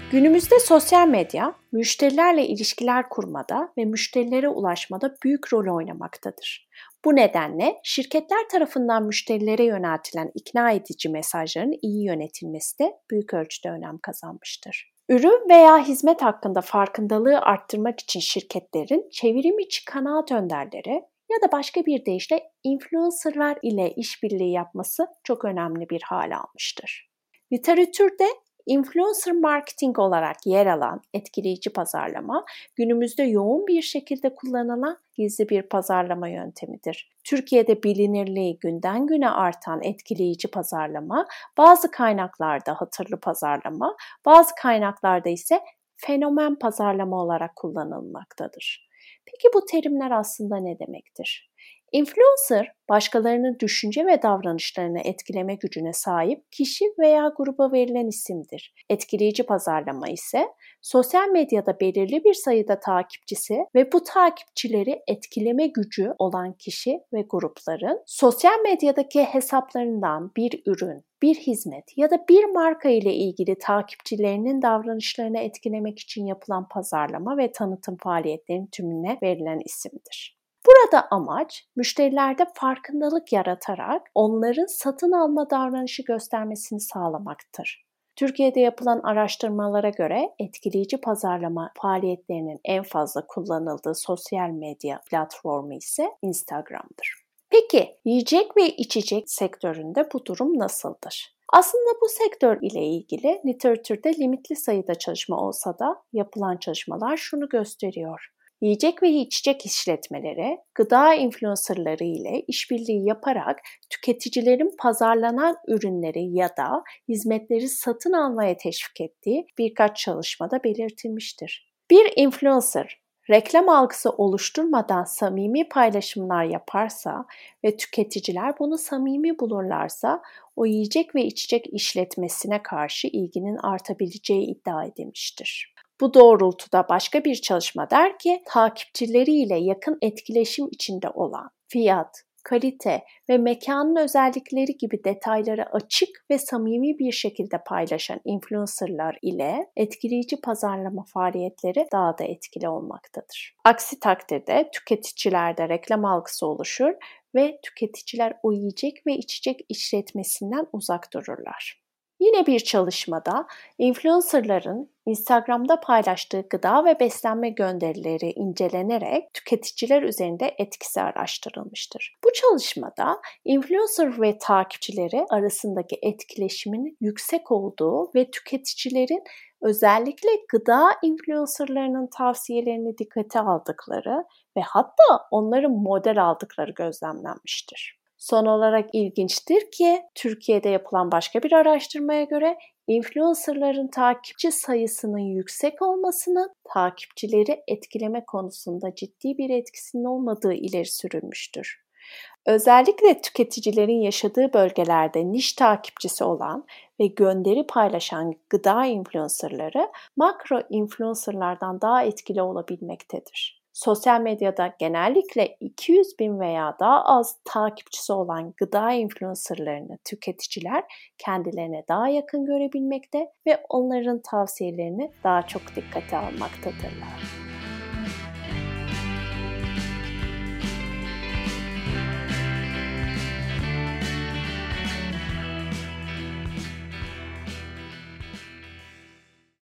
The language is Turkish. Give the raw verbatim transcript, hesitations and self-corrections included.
Günümüzde sosyal medya, müşterilerle ilişkiler kurmada ve müşterilere ulaşmada büyük rol oynamaktadır. Bu nedenle şirketler tarafından müşterilere yöneltilen ikna edici mesajların iyi yönetilmesi de büyük ölçüde önem kazanmıştır. Ürün veya hizmet hakkında farkındalığı arttırmak için şirketlerin çevrim içi kanaat önderleri ya da başka bir deyişle influencerlar ile işbirliği yapması çok önemli bir hale almıştır. Literatürde influencer marketing olarak yer alan etkileyici pazarlama, günümüzde yoğun bir şekilde kullanılan gizli bir pazarlama yöntemidir. Türkiye'de bilinirliği günden güne artan etkileyici pazarlama, bazı kaynaklarda hatırlı pazarlama, bazı kaynaklarda ise fenomen pazarlama olarak kullanılmaktadır. Peki bu terimler aslında ne demektir? Influencer, başkalarının düşünce ve davranışlarını etkileme gücüne sahip kişi veya gruba verilen isimdir. Etkileyici pazarlama ise sosyal medyada belirli bir sayıda takipçisi ve bu takipçileri etkileme gücü olan kişi ve grupların sosyal medyadaki hesaplarından bir ürün, bir hizmet ya da bir marka ile ilgili takipçilerinin davranışlarını etkilemek için yapılan pazarlama ve tanıtım faaliyetlerinin tümüne verilen isimdir. Burada amaç, müşterilerde farkındalık yaratarak onların satın alma davranışı göstermesini sağlamaktır. Türkiye'de yapılan araştırmalara göre etkileyici pazarlama faaliyetlerinin en fazla kullanıldığı sosyal medya platformu ise Instagram'dır. Peki, yiyecek ve içecek sektöründe bu durum nasıldır? Aslında bu sektör ile ilgili literatürde limitli sayıda çalışma olsa da yapılan çalışmalar şunu gösteriyor. Yiyecek ve içecek işletmeleri, gıda influencerları ile işbirliği yaparak tüketicilerin pazarlanan ürünleri ya da hizmetleri satın almaya teşvik ettiği birkaç çalışmada belirtilmiştir. Bir influencer, reklam algısı oluşturmadan samimi paylaşımlar yaparsa ve tüketiciler bunu samimi bulurlarsa o yiyecek ve içecek işletmesine karşı ilginin artabileceği iddia edilmiştir. Bu doğrultuda başka bir çalışma der ki, takipçileriyle yakın etkileşim içinde olan fiyat, kalite ve mekanın özellikleri gibi detayları açık ve samimi bir şekilde paylaşan influencerlar ile etkileyici pazarlama faaliyetleri daha da etkili olmaktadır. Aksi takdirde tüketicilerde reklam algısı oluşur ve tüketiciler o yiyecek ve içecek işletmesinden uzak dururlar. Yine bir çalışmada influencerların Instagram'da paylaştığı gıda ve beslenme gönderileri incelenerek tüketiciler üzerinde etkisi araştırılmıştır. Bu çalışmada influencer ve takipçileri arasındaki etkileşimin yüksek olduğu ve tüketicilerin özellikle gıda influencerlarının tavsiyelerini dikkate aldıkları ve hatta onların model aldıkları gözlemlenmiştir. Son olarak ilginçtir ki Türkiye'de yapılan başka bir araştırmaya göre influencerların takipçi sayısının yüksek olmasının takipçileri etkileme konusunda ciddi bir etkisinin olmadığı ileri sürülmüştür. Özellikle tüketicilerin yaşadığı bölgelerde niş takipçisi olan ve gönderi paylaşan gıda influencerları makro influencerlardan daha etkili olabilmektedir. Sosyal medyada genellikle iki yüz bin veya daha az takipçisi olan gıda influencerlarını tüketiciler kendilerine daha yakın görebilmekte ve onların tavsiyelerini daha çok dikkate almaktadırlar.